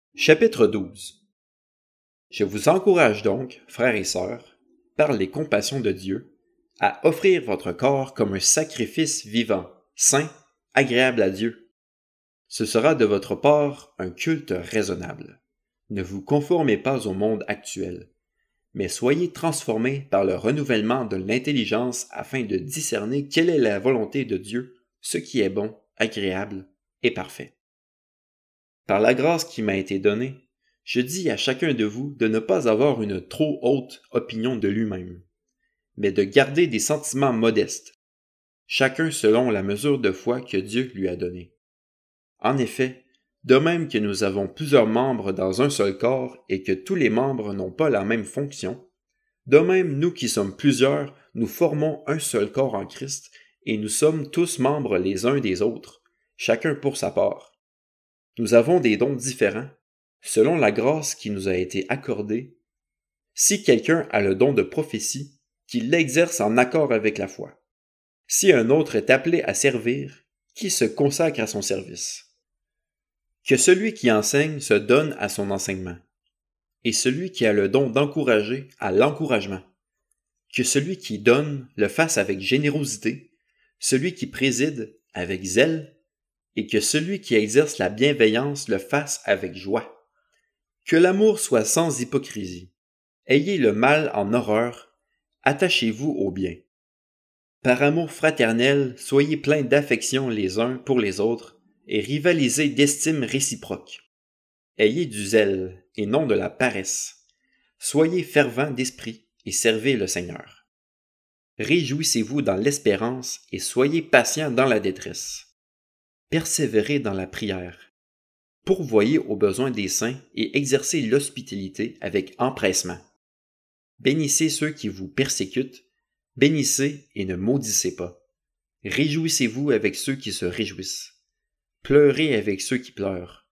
Chapitre 12. Je vous encourage donc, frères et sœurs, par les compassions de Dieu, à offrir votre corps comme un sacrifice vivant, saint, agréable à Dieu. Ce sera de votre part un culte raisonnable. Ne vous conformez pas au monde actuel, mais soyez transformés par le renouvellement de l'intelligence afin de discerner quelle est la volonté de Dieu, ce qui est bon, agréable et parfait. Par la grâce qui m'a été donnée, je dis à chacun de vous de ne pas avoir une trop haute opinion de lui-même, mais de garder des sentiments modestes, chacun selon la mesure de foi que Dieu lui a donnée. En effet, de même que nous avons plusieurs membres dans un seul corps et que tous les membres n'ont pas la même fonction, de même nous qui sommes plusieurs, nous formons un seul corps en Christ et nous sommes tous membres les uns des autres, chacun pour sa part. Nous avons des dons différents, selon la grâce qui nous a été accordée. Si quelqu'un a le don de prophétie, qu'il l'exerce en accord avec la foi. Si un autre est appelé à servir, qu'il se consacre à son service. Que celui qui enseigne se donne à son enseignement, et celui qui a le don d'encourager à l'encouragement. Que celui qui donne le fasse avec générosité, celui qui préside avec zèle, et que celui qui exerce la bienveillance le fasse avec joie. Que l'amour soit sans hypocrisie. Ayez le mal en horreur, attachez-vous au bien. Par amour fraternel, soyez pleins d'affection les uns pour les autres, et rivalisez d'estime réciproque. Ayez du zèle, et non de la paresse. Soyez fervents d'esprit, et servez le Seigneur. Réjouissez-vous dans l'espérance, et soyez patients dans la détresse. Persévérez dans la prière. Pourvoyez aux besoins des saints et exercez l'hospitalité avec empressement. Bénissez ceux qui vous persécutent, bénissez et ne maudissez pas. Réjouissez-vous avec ceux qui se réjouissent. Pleurez avec ceux qui pleurent.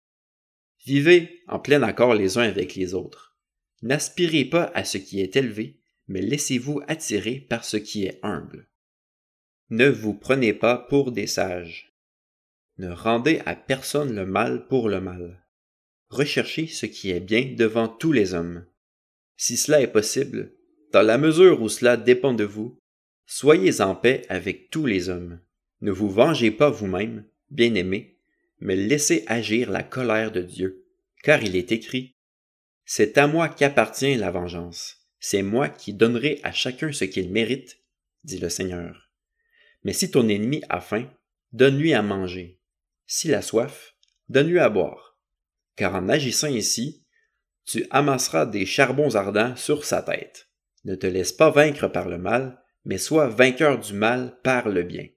Vivez en plein accord les uns avec les autres. N'aspirez pas à ce qui est élevé, mais laissez-vous attirer par ce qui est humble. Ne vous prenez pas pour des sages. Ne rendez à personne le mal pour le mal. Recherchez ce qui est bien devant tous les hommes. Si cela est possible, dans la mesure où cela dépend de vous, soyez en paix avec tous les hommes. Ne vous vengez pas vous-même, bien-aimés, mais laissez agir la colère de Dieu, car il est écrit « C'est à moi qu'appartient la vengeance. C'est moi qui donnerai à chacun ce qu'il mérite, dit le Seigneur. Mais si ton ennemi a faim, donne-lui à manger. S'il a soif, donne-lui à boire. Car en agissant ainsi, tu amasseras des charbons ardents sur sa tête. Ne te laisse pas vaincre par le mal, mais sois vainqueur du mal par le bien.